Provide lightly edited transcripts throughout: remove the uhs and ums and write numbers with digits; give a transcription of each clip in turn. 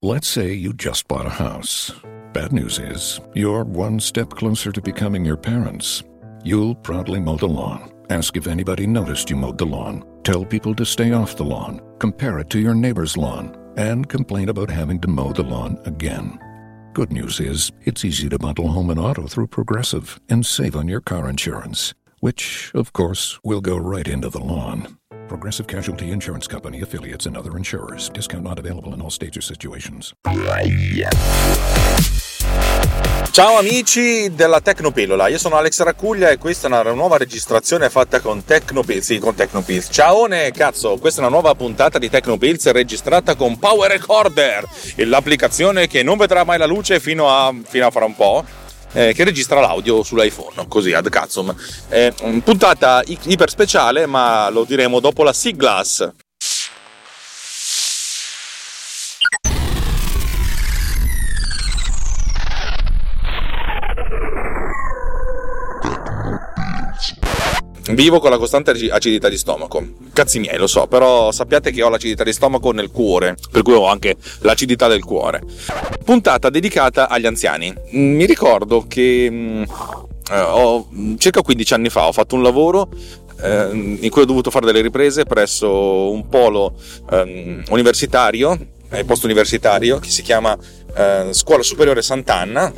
Let's say you just bought a house. Bad news is, you're one step closer to becoming your parents. You'll proudly mow the lawn. Ask if anybody noticed you mowed the lawn. Tell people to stay off the lawn. Compare it to your neighbor's lawn. And complain about having to mow the lawn again. Good news is, it's easy to bundle home and auto through Progressive and save on your car insurance, which, of course, will go right into the lawn. Progressive Casualty Insurance Company, affiliates, and other insurers. Discount not available in all states or situations. Ciao amici della Tecnopillola, io sono Alex Raccuglia e questa è una nuova registrazione fatta con Tecnopills. Sì, con Tecnopills. Ciaone, cazzo, questa è una nuova puntata di Tecnopills registrata con Power Recorder, l'applicazione che non vedrà mai la luce fino a fra un po'. Che registra l'audio sull'iPhone, così ad cazzum. Puntata iper speciale, ma lo diremo dopo la siglas. Vivo con la costante acidità di stomaco. Cazzi miei, lo so, però sappiate che ho l'acidità di stomaco nel cuore, per cui ho anche l'acidità del cuore. Puntata dedicata agli anziani. Mi ricordo che circa 15 anni fa ho fatto un lavoro in cui ho dovuto fare delle riprese presso un polo universitario, post universitario, che si chiama Scuola Superiore Sant'Anna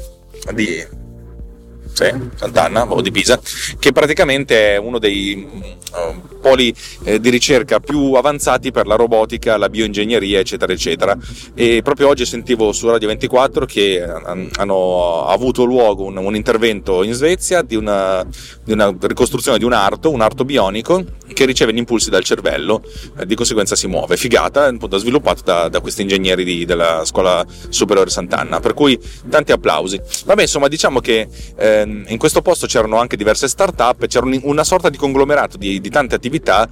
Sant'Anna o di Pisa, che praticamente è uno dei poli di ricerca più avanzati per la robotica, la bioingegneria, eccetera eccetera. E proprio oggi sentivo su Radio 24 che hanno avuto luogo un intervento in Svezia di una ricostruzione di un arto bionico che riceve gli impulsi dal cervello, di conseguenza si muove. Figata, appunto, sviluppato da questi ingegneri della Scuola Superiore Sant'Anna, per cui tanti applausi. Vabbè, insomma, diciamo che in questo posto c'erano anche diverse start-up, c'era una sorta di conglomerato di tante attività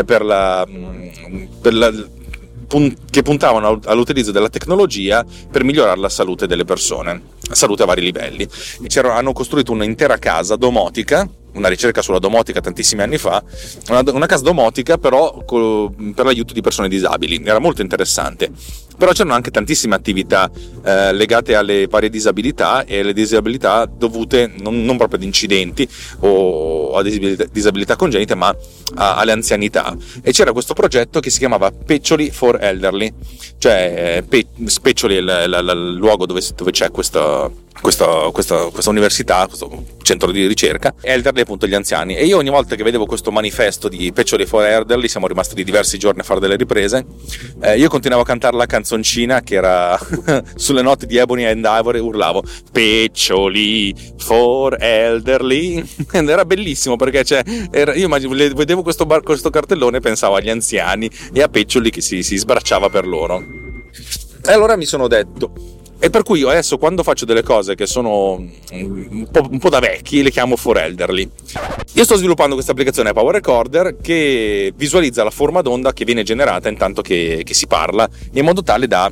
che puntavano all'utilizzo della tecnologia per migliorare la salute delle persone, salute a vari livelli. Hanno costruito un'intera casa domotica, una ricerca sulla domotica tantissimi anni fa, una casa domotica però per l'aiuto di persone disabili. Era molto interessante, però c'erano anche tantissime attività legate alle varie disabilità e alle disabilità dovute non proprio ad incidenti o a disabilità congenite, ma alle anzianità. E c'era questo progetto che si chiamava Peccioli for Elderly, cioè Peccioli è il luogo dove c'è questa università, questo centro di ricerca, Elderly appunto gli anziani. E io ogni volta che vedevo questo manifesto di Peccioli for Elderly, siamo rimasti lì diversi giorni a fare delle riprese, io continuavo a cantare la canzoncina che era sulle note di Ebony and Ivory, urlavo Peccioli for Elderly ed era bellissimo perché io vedevo questo cartellone e pensavo agli anziani e a Peccioli che si sbracciava per loro. E allora mi sono detto, e per cui io adesso quando faccio delle cose che sono un po' da vecchi le chiamo for elderly. Io sto sviluppando questa applicazione Power Recorder che visualizza la forma d'onda che viene generata intanto che si parla, in modo tale da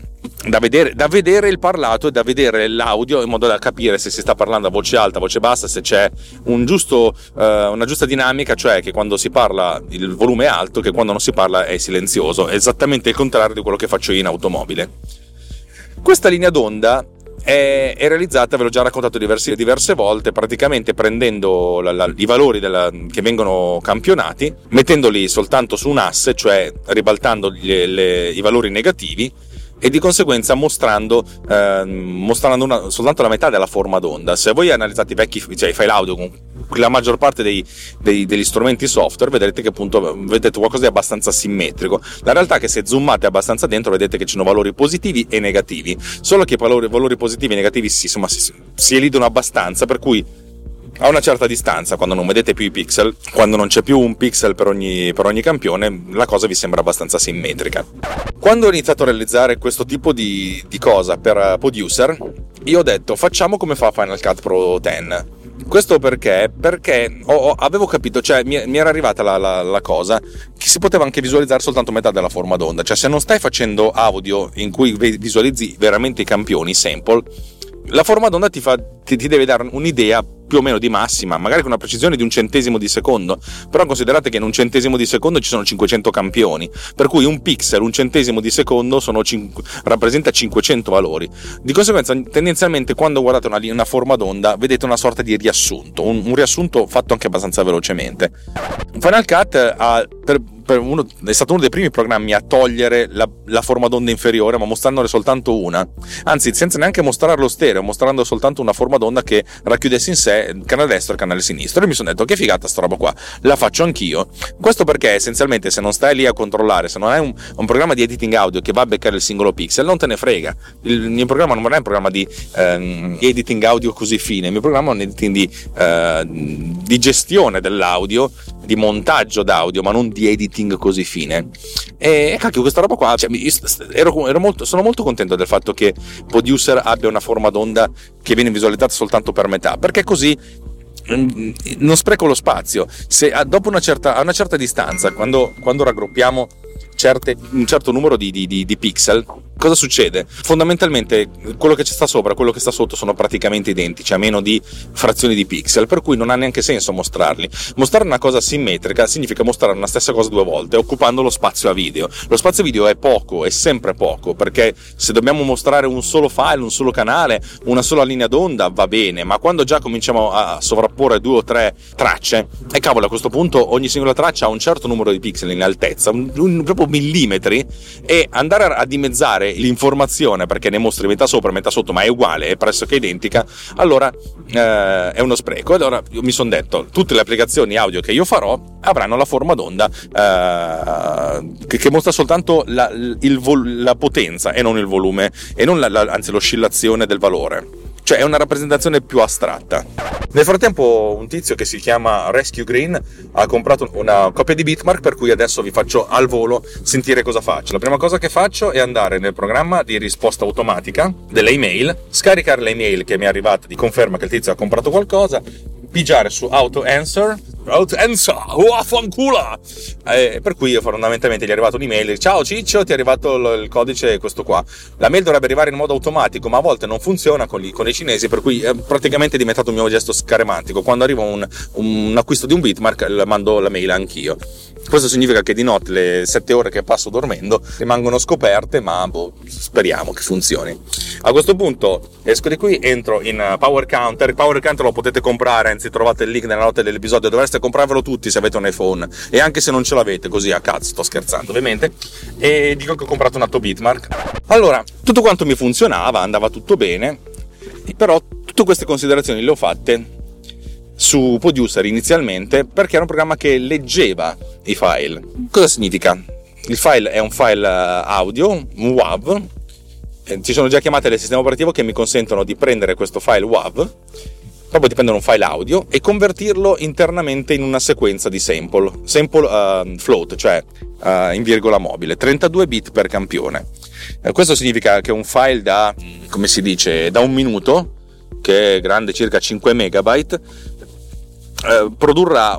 vedere il parlato e da vedere l'audio, in modo da capire se si sta parlando a voce alta, a voce bassa, se c'è una giusta dinamica, cioè che quando si parla il volume è alto, che quando non si parla è silenzioso, è esattamente il contrario di quello che faccio io in automobile. Questa linea d'onda è realizzata, ve l'ho già raccontato diverse volte, praticamente prendendo i valori che vengono campionati, mettendoli soltanto su un asse, cioè ribaltando i valori negativi, e di conseguenza mostrando soltanto la metà della forma d'onda. Se voi analizzate i file audio con la maggior parte degli strumenti software, vedrete che appunto vedete qualcosa di abbastanza simmetrico. La realtà è che se zoomate abbastanza dentro vedete che ci sono valori positivi e negativi, solo che i valori positivi e negativi si elidono abbastanza, per cui a una certa distanza, quando non vedete più i pixel, quando non c'è più un pixel per ogni campione, la cosa vi sembra abbastanza simmetrica. Quando ho iniziato a realizzare questo tipo di cosa per Producer, io ho detto facciamo come fa Final Cut Pro 10. Questo perché avevo capito, cioè mi era arrivata la cosa che si poteva anche visualizzare soltanto metà della forma d'onda, cioè se non stai facendo audio in cui visualizzi veramente i campioni, i sample, La forma d'onda ti deve dare un'idea più o meno di massima, magari con una precisione di 1/100 di secondo, però considerate che in 1/100 di secondo ci sono 500 campioni, per cui un pixel 1/100 di secondo rappresenta 500 valori. Di conseguenza, tendenzialmente, quando guardate una forma d'onda, vedete una sorta di riassunto, un riassunto fatto anche abbastanza velocemente. Final Cut è stato uno dei primi programmi a togliere la forma d'onda inferiore, ma mostrandone soltanto una, anzi senza neanche mostrare lo stereo, mostrando soltanto una forma d'onda che racchiudesse in sé il canale destro e il canale sinistro, e mi sono detto che figata sta roba qua, la faccio anch'io. Questo perché essenzialmente, se non stai lì a controllare, se non hai un programma di editing audio che va a beccare il singolo pixel, non te ne frega. Il mio programma non è un programma di editing audio così fine, il mio programma è un editing di gestione dell'audio, di montaggio d'audio, ma non di editing così fine. E cacchio, questa roba qua, cioè, sono molto contento del fatto che Producer abbia una forma d'onda che viene visualizzata soltanto per metà, perché così non spreco lo spazio. Se dopo a una certa distanza, quando raggruppiamo un certo numero di pixel, cosa succede? Fondamentalmente quello che ci sta sopra e quello che sta sotto sono praticamente identici, a meno di frazioni di pixel, per cui non ha neanche senso mostrarli. Mostrare una cosa simmetrica significa mostrare una stessa cosa due volte, occupando lo spazio a video. Lo spazio video è poco, è sempre poco, perché se dobbiamo mostrare un solo file, un solo canale, una sola linea d'onda, va bene, ma quando già cominciamo a sovrapporre 2 o 3 tracce, e cavolo, a questo punto ogni singola traccia ha un certo numero di pixel in altezza, proprio millimetri, e andare a dimezzare l'informazione perché ne mostri metà sopra e metà sotto, ma è uguale, è pressoché identica, allora è uno spreco. Allora io mi sono detto, tutte le applicazioni audio che io farò avranno la forma d'onda che mostra soltanto la potenza e non il volume, e non anzi l'oscillazione del valore, cioè è una rappresentazione più astratta. Nel frattempo un tizio che si chiama Rescue Green ha comprato una copia di Bitmark, per cui adesso vi faccio al volo sentire cosa faccio. La prima cosa che faccio è andare nel programma di risposta automatica delle email, scaricare le email che mi è arrivata di conferma che il tizio ha comprato qualcosa, pigiare su auto answer, fanculo! Per cui io fondamentalmente gli è arrivato un'email: ciao Ciccio, ti è arrivato il codice questo qua. La mail dovrebbe arrivare in modo automatico, ma a volte non funziona con i cinesi, per cui è praticamente diventato un mio gesto scaramantico. Quando arriva un acquisto di un Bitmark, mando la mail anch'io. Questo significa che di notte le 7 ore che passo dormendo rimangono scoperte, ma speriamo che funzioni. A questo punto esco di qui, entro in Power Counter. Il Power Counter lo potete comprare, anzi trovate il link nella nota dell'episodio, dovreste comprarvelo tutti se avete un iPhone, e anche se non ce l'avete, così a cazzo, sto scherzando ovviamente, e dico che ho comprato un altro Bitmark. Allora, tutto quanto mi funzionava, andava tutto bene, però tutte queste considerazioni le ho fatte su Producer inizialmente perché era un programma che leggeva i file. Cosa significa? Il file è un file audio, un WAV. Ci sono già chiamate del sistema operativo che mi consentono di prendere questo file WAV, proprio di prendere un file audio e convertirlo internamente in una sequenza di sample float, cioè in virgola mobile, 32 bit per campione. Questo significa che un file da un minuto, che è grande circa 5 megabyte, produrrà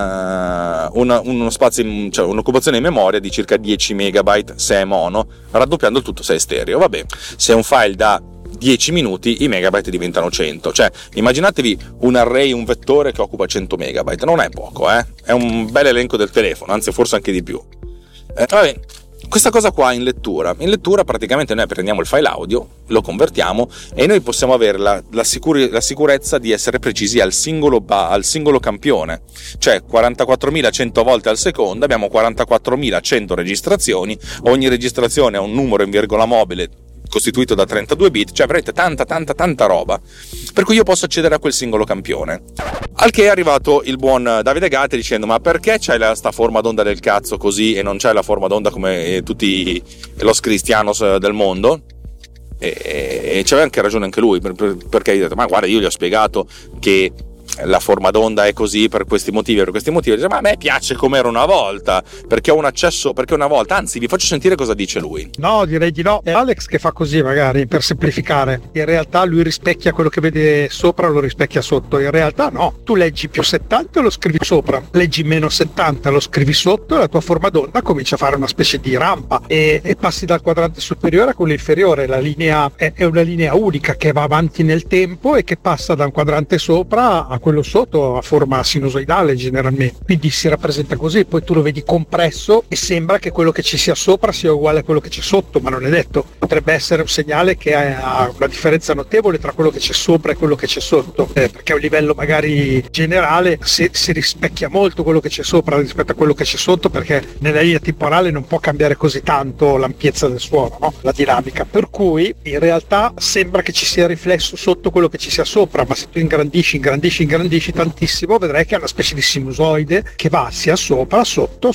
uno spazio, cioè un'occupazione in memoria di circa 10 megabyte se è mono, raddoppiando il tutto se è stereo. Vabbè, se è un file da 10 minuti i megabyte diventano 100, cioè immaginatevi un array, un vettore che occupa 100 megabyte, non è poco, è un bel elenco del telefono, anzi forse anche di più. Vabbè, questa cosa qua in lettura praticamente noi prendiamo il file audio, lo convertiamo e noi possiamo avere la sicurezza di essere precisi al singolo campione, cioè 44.100 volte al secondo abbiamo 44.100 registrazioni, ogni registrazione ha un numero in virgola mobile costituito da 32 bit, cioè avrete tanta roba, per cui io posso accedere a quel singolo campione. Al che è arrivato il buon Davide Gatti dicendo: ma perché c'hai sta forma d'onda del cazzo così e non c'hai la forma d'onda come tutti los cristianos del mondo? E c'aveva anche ragione anche lui, perché ha detto: ma guarda, io gli ho spiegato che la forma d'onda è così per questi motivi, dice, ma a me piace come era una volta, perché ho un accesso, perché una volta, anzi vi faccio sentire cosa dice lui. No, direi di no, è Alex che fa così, magari per semplificare. In realtà lui rispecchia quello che vede sopra, lo rispecchia sotto. In realtà no, tu leggi più 70 e lo scrivi sopra, leggi meno 70 lo scrivi sotto, e la tua forma d'onda comincia a fare una specie di rampa e passi dal quadrante superiore a quello inferiore. La linea è una linea unica che va avanti nel tempo e che passa da un quadrante sopra a quello sotto a forma sinusoidale generalmente, quindi si rappresenta così. Poi tu lo vedi compresso e sembra che quello che ci sia sopra sia uguale a quello che c'è sotto, ma non è detto. Potrebbe essere un segnale che ha una differenza notevole tra quello che c'è sopra e quello che c'è sotto, perché a un livello magari generale si rispecchia molto quello che c'è sopra rispetto a quello che c'è sotto, perché nella linea temporale non può cambiare così tanto l'ampiezza del suono, no? La dinamica, per cui in realtà sembra che ci sia riflesso sotto quello che ci sia sopra, ma se tu ingrandisci tantissimo, vedrai che è una specie di sinusoide che va sia sopra, sotto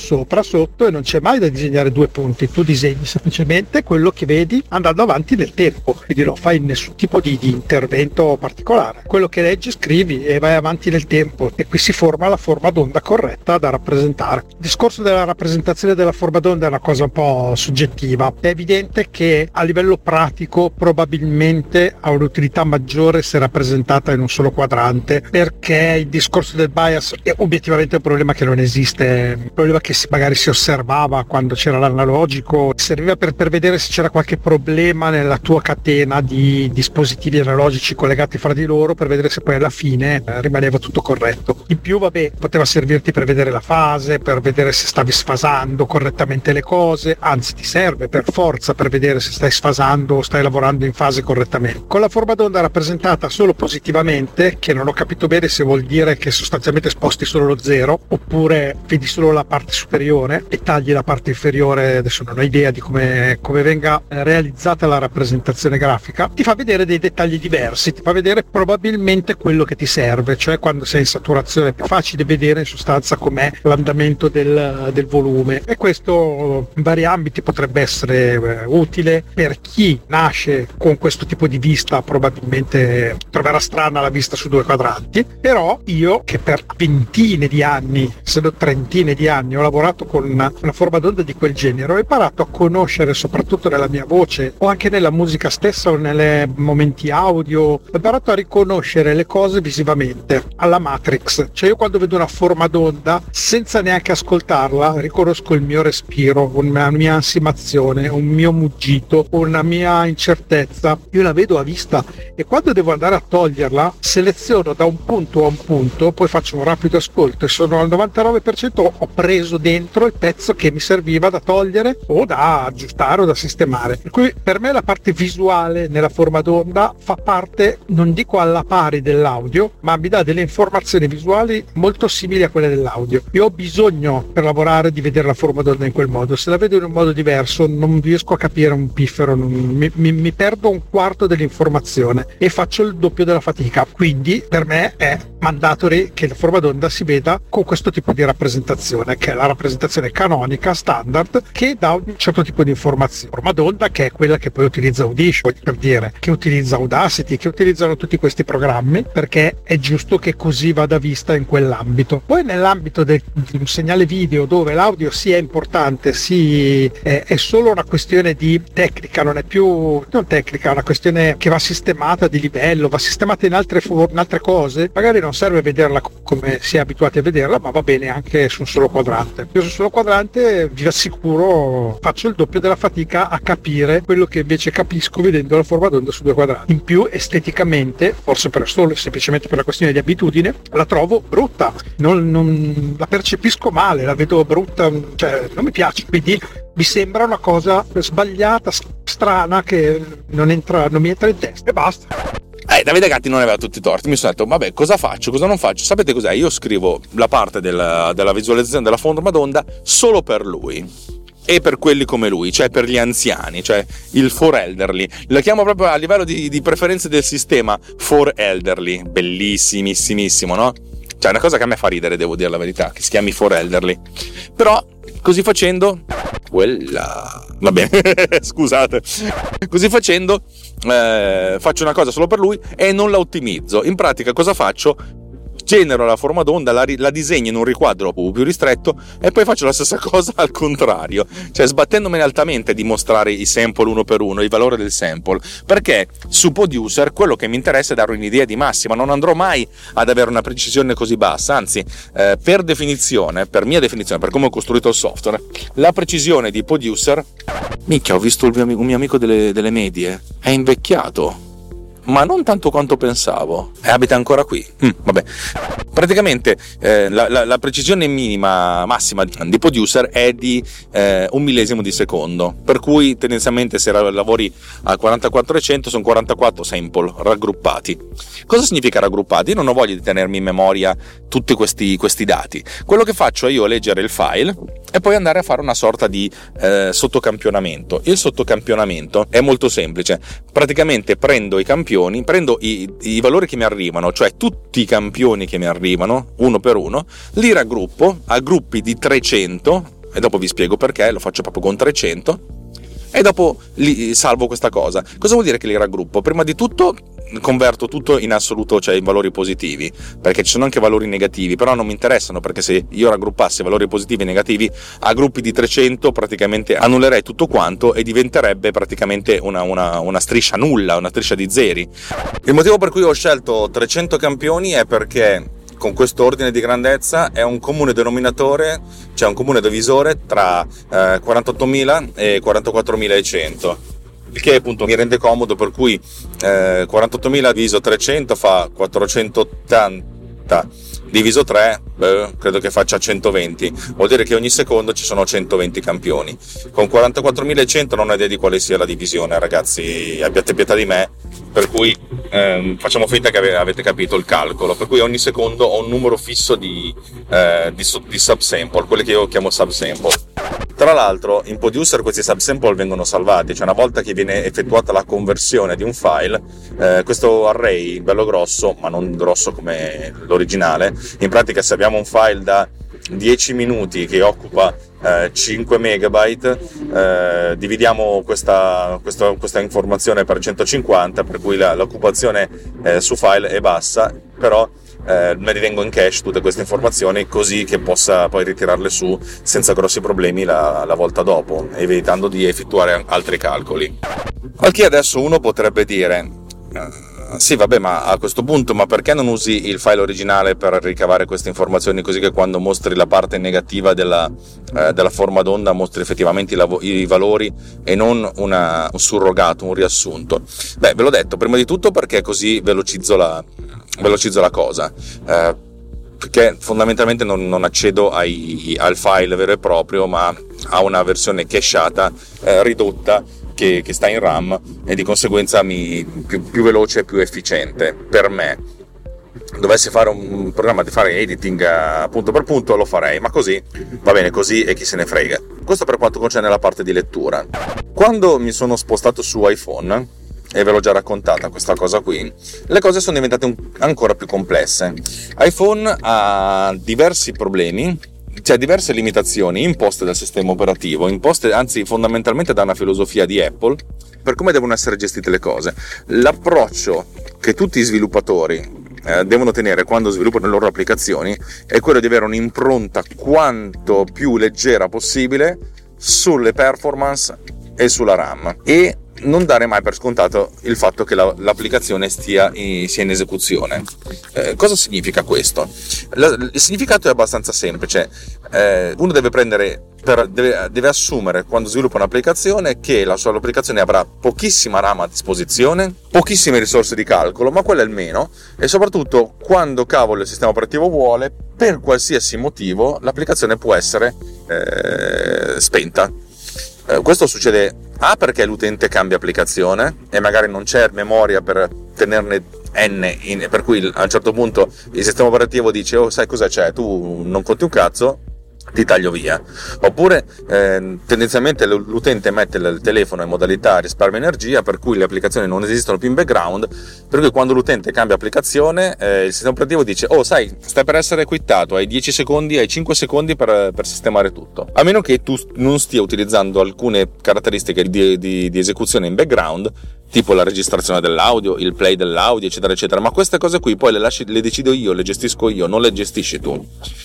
e non c'è mai da disegnare due punti. Tu disegni semplicemente quello che vedi andando avanti nel tempo, quindi non fai nessun tipo di intervento particolare. Quello che leggi, scrivi e vai avanti nel tempo, e qui si forma la forma d'onda corretta da rappresentare. Il discorso della rappresentazione della forma d'onda è una cosa un po' soggettiva. È evidente che a livello pratico probabilmente ha un'utilità maggiore se rappresentata in un solo quadrante, perché il discorso del bias è obiettivamente un problema che non esiste, un problema che magari si osservava quando c'era l'analogico, serviva per vedere se c'era qualche problema nella tua catena di dispositivi analogici collegati fra di loro, per vedere se poi alla fine rimaneva tutto corretto. In più, vabbè, poteva servirti per vedere la fase, per vedere se stavi sfasando correttamente le cose, anzi ti serve per forza per vedere se stai sfasando o stai lavorando in fase correttamente. Con la forma d'onda rappresentata solo positivamente, che non ho capito bene se vuol dire che sostanzialmente sposti solo lo zero oppure vedi solo la parte superiore e tagli la parte inferiore, adesso non ho idea di come venga realizzata la rappresentazione grafica, ti fa vedere dei dettagli diversi, ti fa vedere probabilmente quello che ti serve, cioè quando sei in saturazione è più facile vedere in sostanza com'è l'andamento del volume, e questo in vari ambiti potrebbe essere utile per chi nasce con questo tipo di vista. Probabilmente troverà strana la vista su due quadranti, però io che per ventine di anni, se non trentine di anni, ho lavorato con una forma d'onda di quel genere, ho imparato a conoscere, soprattutto nella mia voce o anche nella musica stessa o nei momenti audio, ho imparato a riconoscere le cose visivamente, alla Matrix. Cioè io quando vedo una forma d'onda, senza neanche ascoltarla, riconosco il mio respiro, una mia ansimazione, un mio muggito, una mia incertezza. Io la vedo a vista, e quando devo andare a toglierla seleziono da un punto a un punto, poi faccio un rapido ascolto e sono al 99% ho preso dentro il pezzo che mi serviva da togliere o da aggiustare o da sistemare. Per cui per me la parte visuale nella forma d'onda fa parte, non dico alla pari dell'audio, ma mi dà delle informazioni visuali molto simili a quelle dell'audio. Io ho bisogno per lavorare di vedere la forma d'onda in quel modo. Se la vedo in un modo diverso non riesco a capire un piffero, mi perdo un quarto dell'informazione e faccio il doppio della fatica. Quindi per me è mandatory che la forma d'onda si veda con questo tipo di rappresentazione, che è la rappresentazione canonica standard, che dà un certo tipo di informazione. Forma d'onda che è quella che poi utilizza Audition, per dire, che utilizza Audacity, che utilizzano tutti questi programmi, perché è giusto che così vada vista in quell'ambito. Poi nell'ambito di un segnale video dove l'audio sia importante, è solo una questione di tecnica, non tecnica, è una questione che va sistemata di livello, va sistemata in altre cose, magari non serve vederla come si è abituati a vederla, ma va bene anche su un solo quadrante. Io su un solo quadrante vi assicuro faccio il doppio della fatica a capire quello che invece capisco vedendo la forma d'onda su due quadranti. In più esteticamente, forse semplicemente per la questione di abitudine, la trovo brutta, non la percepisco male, la vedo brutta, cioè non mi piace, quindi mi sembra una cosa sbagliata, strana, che non mi entra in testa e basta. Davide Gatti non aveva tutti i torti. Mi sono detto, vabbè, cosa faccio, cosa non faccio? Sapete cos'è? Io scrivo la parte della visualizzazione della forma d'onda solo per lui e per quelli come lui, cioè per gli anziani, cioè il for elderly. Lo chiamo proprio a livello di preferenze del sistema, for elderly. Bellissimissimo, no? Cioè è una cosa che a me fa ridere, devo dire la verità, che si chiami for elderly. Però così facendo va bene, scusate, così facendo faccio una cosa solo per lui e non la ottimizzo. In pratica cosa faccio? genero la forma d'onda, la disegno in un riquadro più ristretto e poi faccio la stessa cosa al contrario, cioè sbattendomene altamente di mostrare i sample uno per uno, il valore del sample, perché su Poduser quello che mi interessa è dare un'idea di massima, non andrò mai ad avere una precisione così bassa, anzi per definizione, per mia definizione, per come ho costruito il software, la precisione di Poduser, minchia, ho visto un mio amico delle medie, è invecchiato, ma non tanto quanto pensavo, e abita ancora qui. Vabbè, praticamente la precisione massima di Poduser è di 1 millesimo di secondo, per cui tendenzialmente se lavori a 4400 sono 44 sample raggruppati. Cosa significa raggruppati? Io non ho voglia di tenermi in memoria tutti questi dati. Quello che faccio è io leggere il file e poi andare a fare una sorta di sottocampionamento. Il sottocampionamento è molto semplice, praticamente prendo i campioni, prendo i valori che mi arrivano, cioè tutti i campioni che mi arrivano uno per uno, li raggruppo a gruppi di 300 e dopo vi spiego perché, lo faccio proprio con 300 e dopo li salvo questa cosa. Cosa vuol dire che li raggruppo? Prima di tutto converto tutto in assoluto, cioè in valori positivi, perché ci sono anche valori negativi, però non mi interessano, perché se io raggruppassi valori positivi e negativi a gruppi di 300 praticamente annullerei tutto quanto e diventerebbe praticamente una striscia nulla, una striscia di zeri. Il motivo per cui ho scelto 300 campioni è perché con questo ordine di grandezza è un comune denominatore, cioè un comune divisore tra 48.000 e 44.100. Il che appunto mi rende comodo, per cui 48.000 diviso 300 fa 480 diviso 3, credo che faccia 120, vuol dire che ogni secondo ci sono 120 campioni. Con 44.100 non ho idea di quale sia la divisione, ragazzi, abbiate pietà di me, per cui facciamo finta che avete capito il calcolo, per cui ogni secondo ho un numero fisso di subsample, quelli che io chiamo subsample. Tra l'altro in Poduser questi subsample vengono salvati, cioè una volta che viene effettuata la conversione di un file, questo array bello grosso, ma non grosso come l'originale, in pratica se abbiamo un file da 10 minuti che occupa 5 megabyte, dividiamo questa informazione per 150, per cui l'occupazione su file è bassa, però me ritengo in cache tutte queste informazioni, così che possa poi ritirarle su senza grossi problemi la volta dopo, evitando di effettuare altri calcoli. Al che adesso uno potrebbe dire sì, vabbè, ma a questo punto, ma perché non usi il file originale per ricavare queste informazioni, così che quando mostri la parte negativa della forma d'onda mostri effettivamente i valori e non un surrogato, un riassunto? Beh, ve l'ho detto, prima di tutto perché così velocizzo la cosa, perché fondamentalmente non accedo al file vero e proprio, ma a una versione cacheata ridotta che sta in RAM, e di conseguenza più veloce e più efficiente per me. Dovessi fare un programma di fare editing punto per punto, lo farei, ma così va bene così e chi se ne frega. Questo per quanto concerne la parte di lettura. Quando mi sono spostato su iPhone, e ve l'ho già raccontata questa cosa qui, le cose sono diventate ancora più complesse. iPhone ha diversi problemi, cioè diverse limitazioni imposte dal sistema operativo, imposte anzi fondamentalmente da una filosofia di Apple per come devono essere gestite le cose. L'approccio che tutti i sviluppatori devono tenere quando sviluppano le loro applicazioni è quello di avere un'impronta quanto più leggera possibile sulle performance e sulla RAM, e non dare mai per scontato il fatto che l'applicazione sia in esecuzione. Cosa significa questo? Il significato è abbastanza semplice. Uno deve assumere, quando sviluppa un'applicazione, che la sua applicazione avrà pochissima RAM a disposizione, pochissime risorse di calcolo, ma quello è il meno, e soprattutto quando cavolo il sistema operativo vuole, per qualsiasi motivo, l'applicazione può essere spenta. Questo succede perché l'utente cambia applicazione e magari non c'è memoria per tenerne n, per cui a un certo punto il sistema operativo dice: oh, sai cosa c'è, tu non conti un cazzo, ti taglio via. Oppure tendenzialmente l'utente mette il telefono in modalità risparmio energia, per cui le applicazioni non esistono più in background, per cui quando l'utente cambia applicazione il sistema operativo dice: oh, sai, stai per essere quittato, hai 10 secondi, hai 5 secondi per sistemare tutto, a meno che tu non stia utilizzando alcune caratteristiche di esecuzione in background tipo la registrazione dell'audio, il play dell'audio, eccetera eccetera, ma queste cose qui poi le decido io, le gestisco io, non le gestisci tu.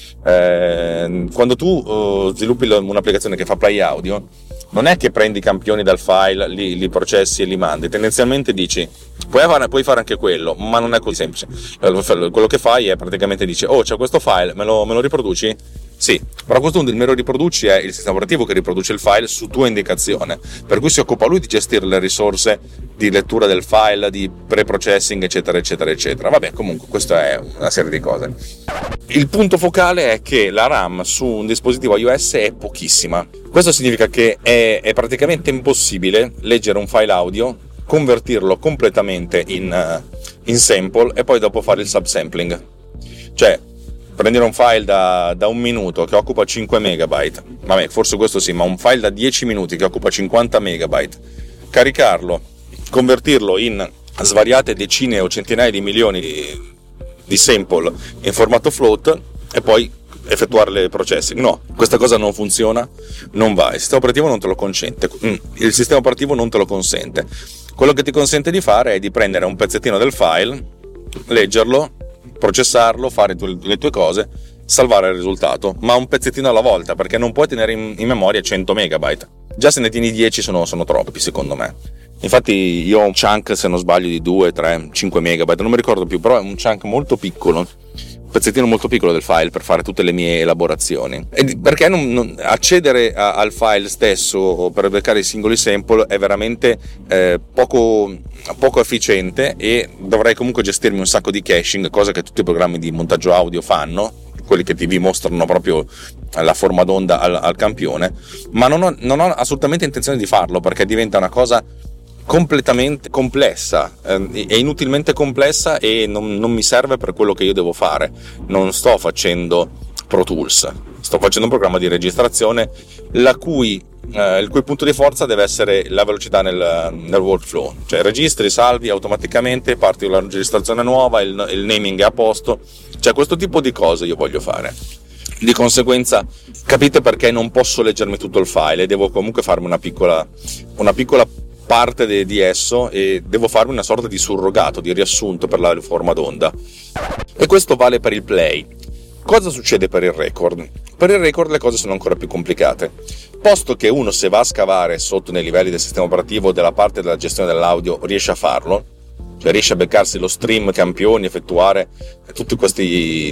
Quando tu sviluppi un'applicazione che fa play audio, non è che prendi i campioni dal file, li processi e li mandi, tendenzialmente dici puoi fare anche quello, ma non è così semplice. Quello che fai è praticamente dici c'è questo file, me lo riproduci? Sì, però questo me lo riproduci è il sistema operativo che riproduce il file su tua indicazione, per cui si occupa lui di gestire le risorse di lettura del file, di pre-processing, eccetera eccetera eccetera. Vabbè, comunque questa è una serie di cose. Il punto focale è che la RAM su un dispositivo iOS è pochissima. Questo significa che è praticamente impossibile leggere un file audio, convertirlo completamente in sample e poi dopo fare il subsampling. Cioè, prendere un file da 1 minuto che occupa 5 megabyte, vabbè, forse questo sì, ma un file da 10 minuti che occupa 50 megabyte, caricarlo, convertirlo in svariate decine o centinaia di milioni di sample in formato float e poi effettuare le processing. No, questa cosa non funziona, non va, il sistema operativo non te lo consente, il sistema operativo non te lo consente. Quello che ti consente di fare è di prendere un pezzettino del file, leggerlo, processarlo, fare le tue cose, salvare il risultato, ma un pezzettino alla volta, perché non puoi tenere in memoria 100 megabyte. Già se ne tieni 10 sono troppi, secondo me. Infatti io ho un chunk, se non sbaglio, di 2, 3, 5 megabyte, non mi ricordo più, però è un chunk molto piccolo, un pezzettino molto piccolo del file per fare tutte le mie elaborazioni. E perché non accedere al file stesso per beccare i singoli sample è veramente poco efficiente, e dovrei comunque gestirmi un sacco di caching, cosa che tutti i programmi di montaggio audio fanno, quelli che ti mostrano proprio la forma d'onda al campione, ma non ho assolutamente intenzione di farlo, perché diventa una cosa completamente complessa, è inutilmente complessa e non mi serve per quello che io devo fare. Non sto facendo Pro Tools, sto facendo un programma di registrazione il cui punto di forza deve essere la velocità nel workflow, cioè registri, salvi automaticamente, parti con la registrazione nuova, il naming è a posto, cioè questo tipo di cose io voglio fare. Di conseguenza capite perché non posso leggermi tutto il file e devo comunque farmi una piccola parte di esso, e devo farmi una sorta di surrogato, di riassunto per la forma d'onda. E questo vale per il play. Cosa succede per il record? Per il record le cose sono ancora più complicate, posto che uno, se va a scavare sotto nei livelli del sistema operativo della parte della gestione dell'audio, riesce a farlo, cioè riesce a beccarsi lo stream, campioni, effettuare tutte queste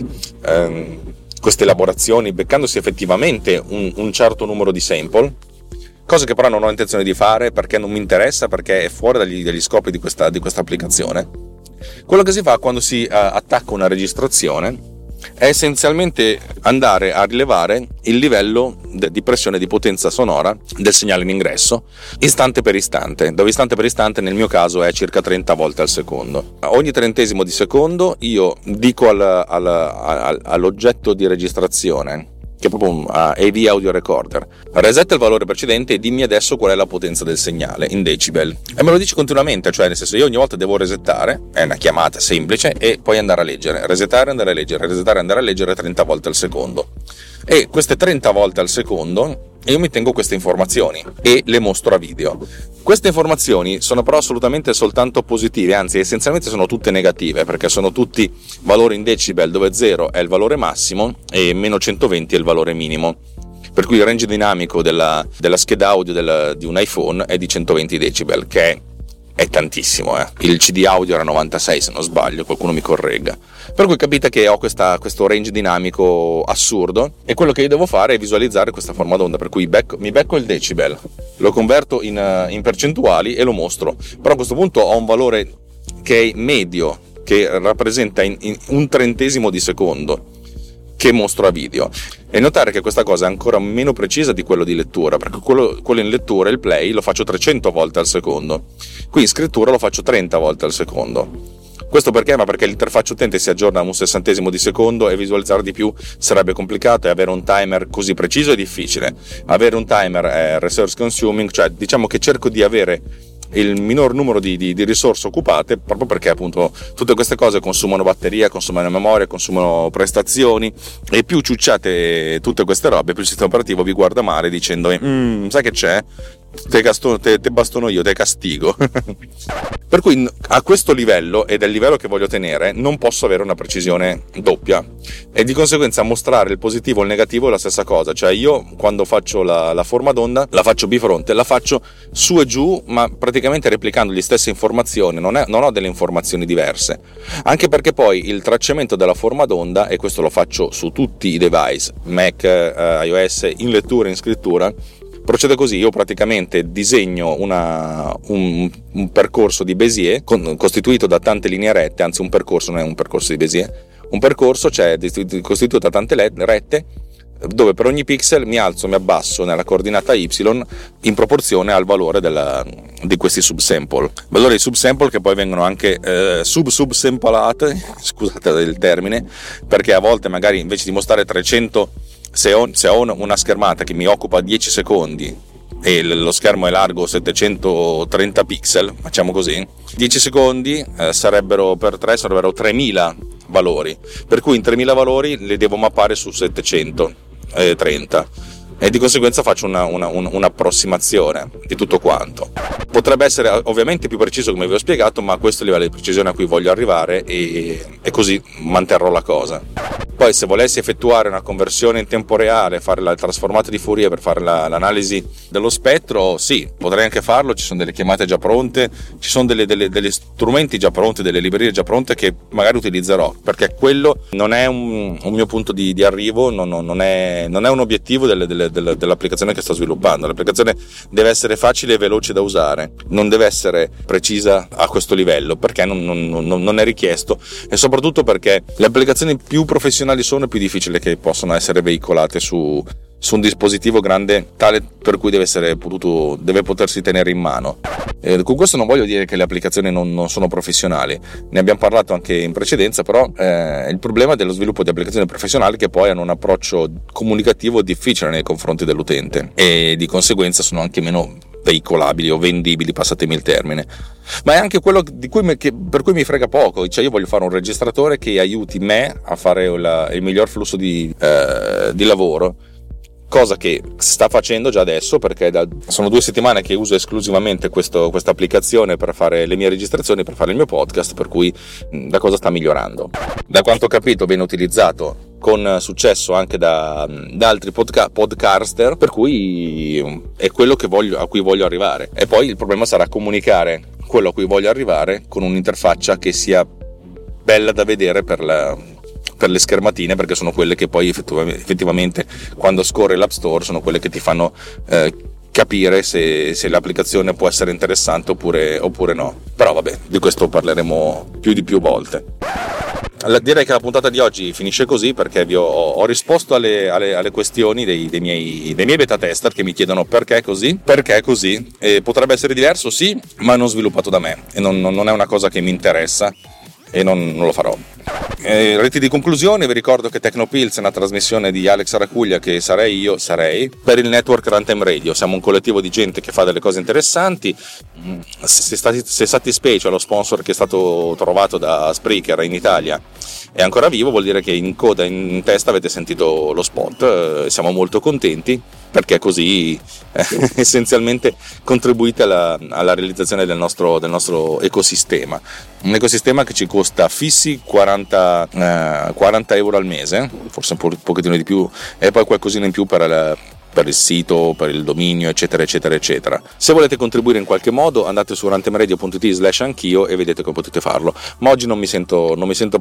elaborazioni, beccandosi effettivamente un certo numero di sample, cosa che però non ho intenzione di fare perché non mi interessa, perché è fuori dagli scopi di questa applicazione. Quello che si fa quando si attacca una registrazione è essenzialmente andare a rilevare il livello di pressione, di potenza sonora del segnale in ingresso, istante per istante, dove istante per istante nel mio caso è circa 30 volte al secondo. Ogni 30esimo di secondo io dico all'oggetto di registrazione, che è proprio un AV audio recorder, resetta il valore precedente e dimmi adesso qual è la potenza del segnale in decibel, e me lo dici continuamente, cioè nel senso io ogni volta devo resettare, è una chiamata semplice, e poi andare a leggere, resettare, andare a leggere, resettare, andare a leggere 30 volte al secondo, e queste 30 volte al secondo io mi tengo queste informazioni e le mostro a video. Queste informazioni sono però assolutamente soltanto positive, anzi essenzialmente sono tutte negative, perché sono tutti valori in decibel, dove 0 è il valore massimo e meno 120 è il valore minimo, per cui il range dinamico della scheda audio di un iPhone è di 120 decibel, che è tantissimo, Il CD audio era 96 se non sbaglio, qualcuno mi corregga. Per cui capite che ho questo range dinamico assurdo, e quello che io devo fare è visualizzare questa forma d'onda, per cui mi becco il decibel, lo converto in percentuali e lo mostro. Però a questo punto ho un valore che è medio, che rappresenta in 1/30 di secondo, che mostro a video. E notare che questa cosa è ancora meno precisa di quello di lettura, perché quello in lettura, il play, lo faccio 300 volte al secondo, qui in scrittura lo faccio 30 volte al secondo. Questo perché? Ma perché l'interfaccia utente si aggiorna a 1/60 di secondo, e visualizzare di più sarebbe complicato, e avere un timer così preciso è difficile. Avere un timer è resource consuming, cioè diciamo che cerco di avere il minor numero di risorse occupate, proprio perché appunto tutte queste cose consumano batteria, consumano memoria, consumano prestazioni, e più ciucciate tutte queste robe, più il sistema operativo vi guarda male dicendo sai che c'è? te bastono io, te castigo. Per cui a questo livello, ed è il livello che voglio tenere, non posso avere una precisione doppia, e di conseguenza mostrare il positivo o il negativo è la stessa cosa. Cioè io quando faccio la forma d'onda la faccio bifronte, la faccio su e giù, ma praticamente replicando le stesse informazioni, non ho delle informazioni diverse, anche perché poi il tracciamento della forma d'onda, e questo lo faccio su tutti i device Mac, iOS, in lettura e in scrittura, procede così. Io praticamente disegno un percorso di Bézier costituito da tante linee rette, anzi un percorso non è un percorso di Bézier, un percorso costituito da tante rette, dove per ogni pixel mi alzo, mi abbasso nella coordinata y in proporzione al valore di questi subsample. Valori di subsample che poi vengono anche subsamplate, scusate il termine, perché a volte magari invece di mostrare 300, se ho una schermata che mi occupa 10 secondi e lo schermo è largo 730 pixel, facciamo così, 10 secondi sarebbero 3000 valori, per cui in 3000 valori le devo mappare su 730 e di conseguenza faccio un'approssimazione di tutto quanto. Potrebbe essere ovviamente più preciso, come vi ho spiegato, ma questo è il livello di precisione a cui voglio arrivare, e così manterrò la cosa. Poi se volessi effettuare una conversione in tempo reale, fare la trasformata di Fourier per fare l'analisi dello spettro, sì, potrei anche farlo. Ci sono delle chiamate già pronte, ci sono degli strumenti già pronti, delle librerie già pronte che magari utilizzerò, perché quello non è un mio punto di arrivo, non è un obiettivo dell'applicazione che sto sviluppando. L'applicazione deve essere facile e veloce da usare, non deve essere precisa a questo livello, perché non è richiesto, e soprattutto perché le applicazioni più professionali sono più difficili che possono essere veicolate su un dispositivo grande, tale per cui deve potersi tenere in mano. Con questo non voglio dire che le applicazioni non sono professionali, ne abbiamo parlato anche in precedenza, però il problema dello sviluppo di applicazioni professionali è che poi hanno un approccio comunicativo difficile nei confronti dell'utente, e di conseguenza sono anche meno veicolabili o vendibili, passatemi il termine. Ma è anche quello per cui mi frega poco. Cioè io voglio fare un registratore che aiuti me a fare il miglior flusso di lavoro, cosa che sta facendo già adesso, perché sono 2 settimane che uso esclusivamente questa applicazione per fare le mie registrazioni, per fare il mio podcast, per cui la cosa sta migliorando. Da quanto ho capito viene utilizzato con successo anche da altri podcaster, per cui è quello a cui voglio arrivare. E poi il problema sarà comunicare quello a cui voglio arrivare con un'interfaccia che sia bella da vedere per le schermatine, perché sono quelle che poi effettivamente quando scorre l'App Store sono quelle che ti fanno capire se l'applicazione può essere interessante oppure no. Però vabbè, di questo parleremo più volte. Direi che la puntata di oggi finisce così, perché ho risposto alle questioni dei miei beta tester che mi chiedono perché così, e potrebbe essere diverso, sì, ma non sviluppato da me, e non è una cosa che mi interessa, e non lo farò. Reti di conclusione, vi ricordo che Tecnopills è una trasmissione di Alex Aracuglia, che sarei per il network Runtime Radio. Siamo un collettivo di gente che fa delle cose interessanti. Se Satispecie, lo sponsor che è stato trovato da Spreaker in Italia, è ancora vivo, vuol dire che in coda, in testa avete sentito lo spot. Siamo molto contenti, perché così essenzialmente contribuite alla realizzazione del nostro ecosistema, un ecosistema che ci costa fissi 40 euro al mese, forse un pochettino di più, e poi qualcosina in più per il sito, per il dominio, eccetera eccetera eccetera. Se volete contribuire in qualche modo, andate su runtimeradio.it/anch'io e vedete come potete farlo. Ma oggi non mi sento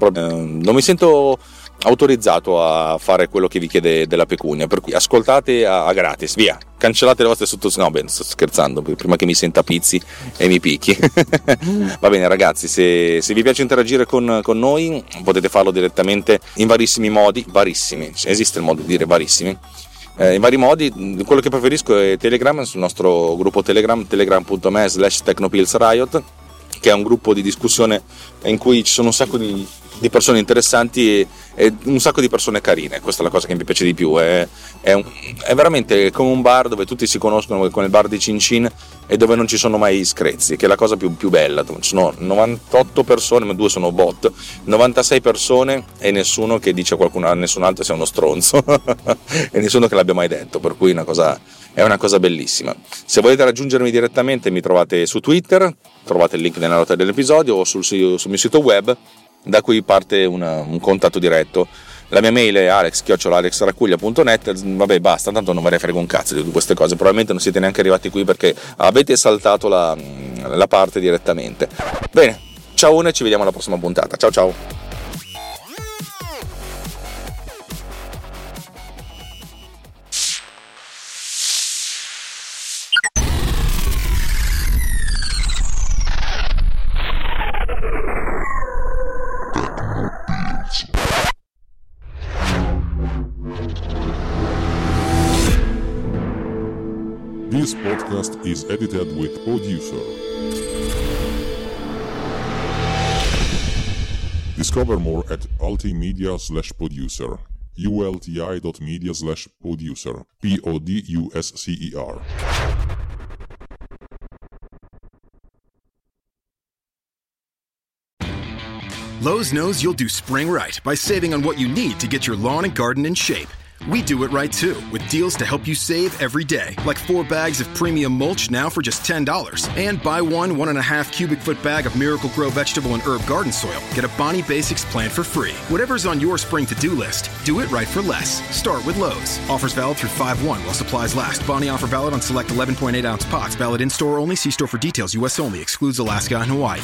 autorizzato a fare quello che vi chiede della pecunia, per cui ascoltate a gratis, via, cancellate le vostre no, sto scherzando, prima che mi senta pizzi e mi picchi. Va bene ragazzi, se vi piace interagire con noi, potete farlo direttamente in varissimi modi, esiste il modo di dire varissimi, in vari modi. Quello che preferisco è Telegram, sul nostro gruppo telegram.me/technopillsriot, che è un gruppo di discussione in cui ci sono un sacco di persone interessanti e un sacco di persone carine. Questa è la cosa che mi piace di più, è veramente come un bar dove tutti si conoscono, con il bar di Cin Cin, e dove non ci sono mai screzi, che è la cosa più bella. Ci sono 98 persone, ma 2 sono bot, 96 persone e nessuno che dice a nessun altro sia uno stronzo e nessuno che l'abbia mai detto, per cui è una cosa È una cosa bellissima. Se volete raggiungermi direttamente mi trovate su Twitter, trovate il link nella nota dell'episodio, o sul mio sito web, da cui parte un contatto diretto. La mia mail è alex@alexracuglia.net. Vabbè, basta, tanto non ve ne frego un cazzo di queste cose. Probabilmente non siete neanche arrivati qui perché avete saltato la parte direttamente. Bene, ciao e ci vediamo alla prossima puntata. Ciao ciao. This podcast is edited with Producer. Discover more at ultimedia/producer. ulti.media/producer. PODUSCER. Lowe's knows you'll do spring right by saving on what you need to get your lawn and garden in shape. We do it right too, with deals to help you save every day, like 4 bags of premium mulch now for just $10. And buy 1.5 cubic foot bag of Miracle-Gro vegetable and herb garden soil. Get a Bonnie Basics plant for free. Whatever's on your spring to-do list, do it right for less. Start with Lowe's. Offers valid through 5/1 while supplies last. Bonnie offer valid on select 11.8-ounce pots. Valid in-store only. See store for details. U.S. only. Excludes Alaska and Hawaii.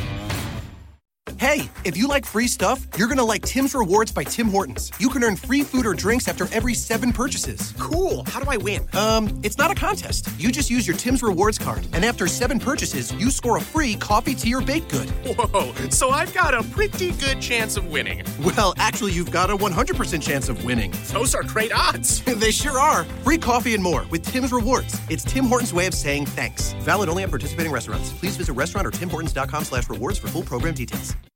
Hey, if you like free stuff, you're gonna like Tim's Rewards by Tim Hortons. You can earn free food or drinks after every 7 purchases. Cool. How do I win? It's not a contest. You just use your Tim's Rewards card, and after 7 purchases, you score a free coffee, tea, or baked good. Whoa, so I've got a pretty good chance of winning. Well, actually, you've got a 100% chance of winning. Those are great odds. They sure are. Free coffee and more with Tim's Rewards. It's Tim Hortons' way of saying thanks. Valid only at participating restaurants. Please visit restaurant or timhortons.com/rewards for full program details.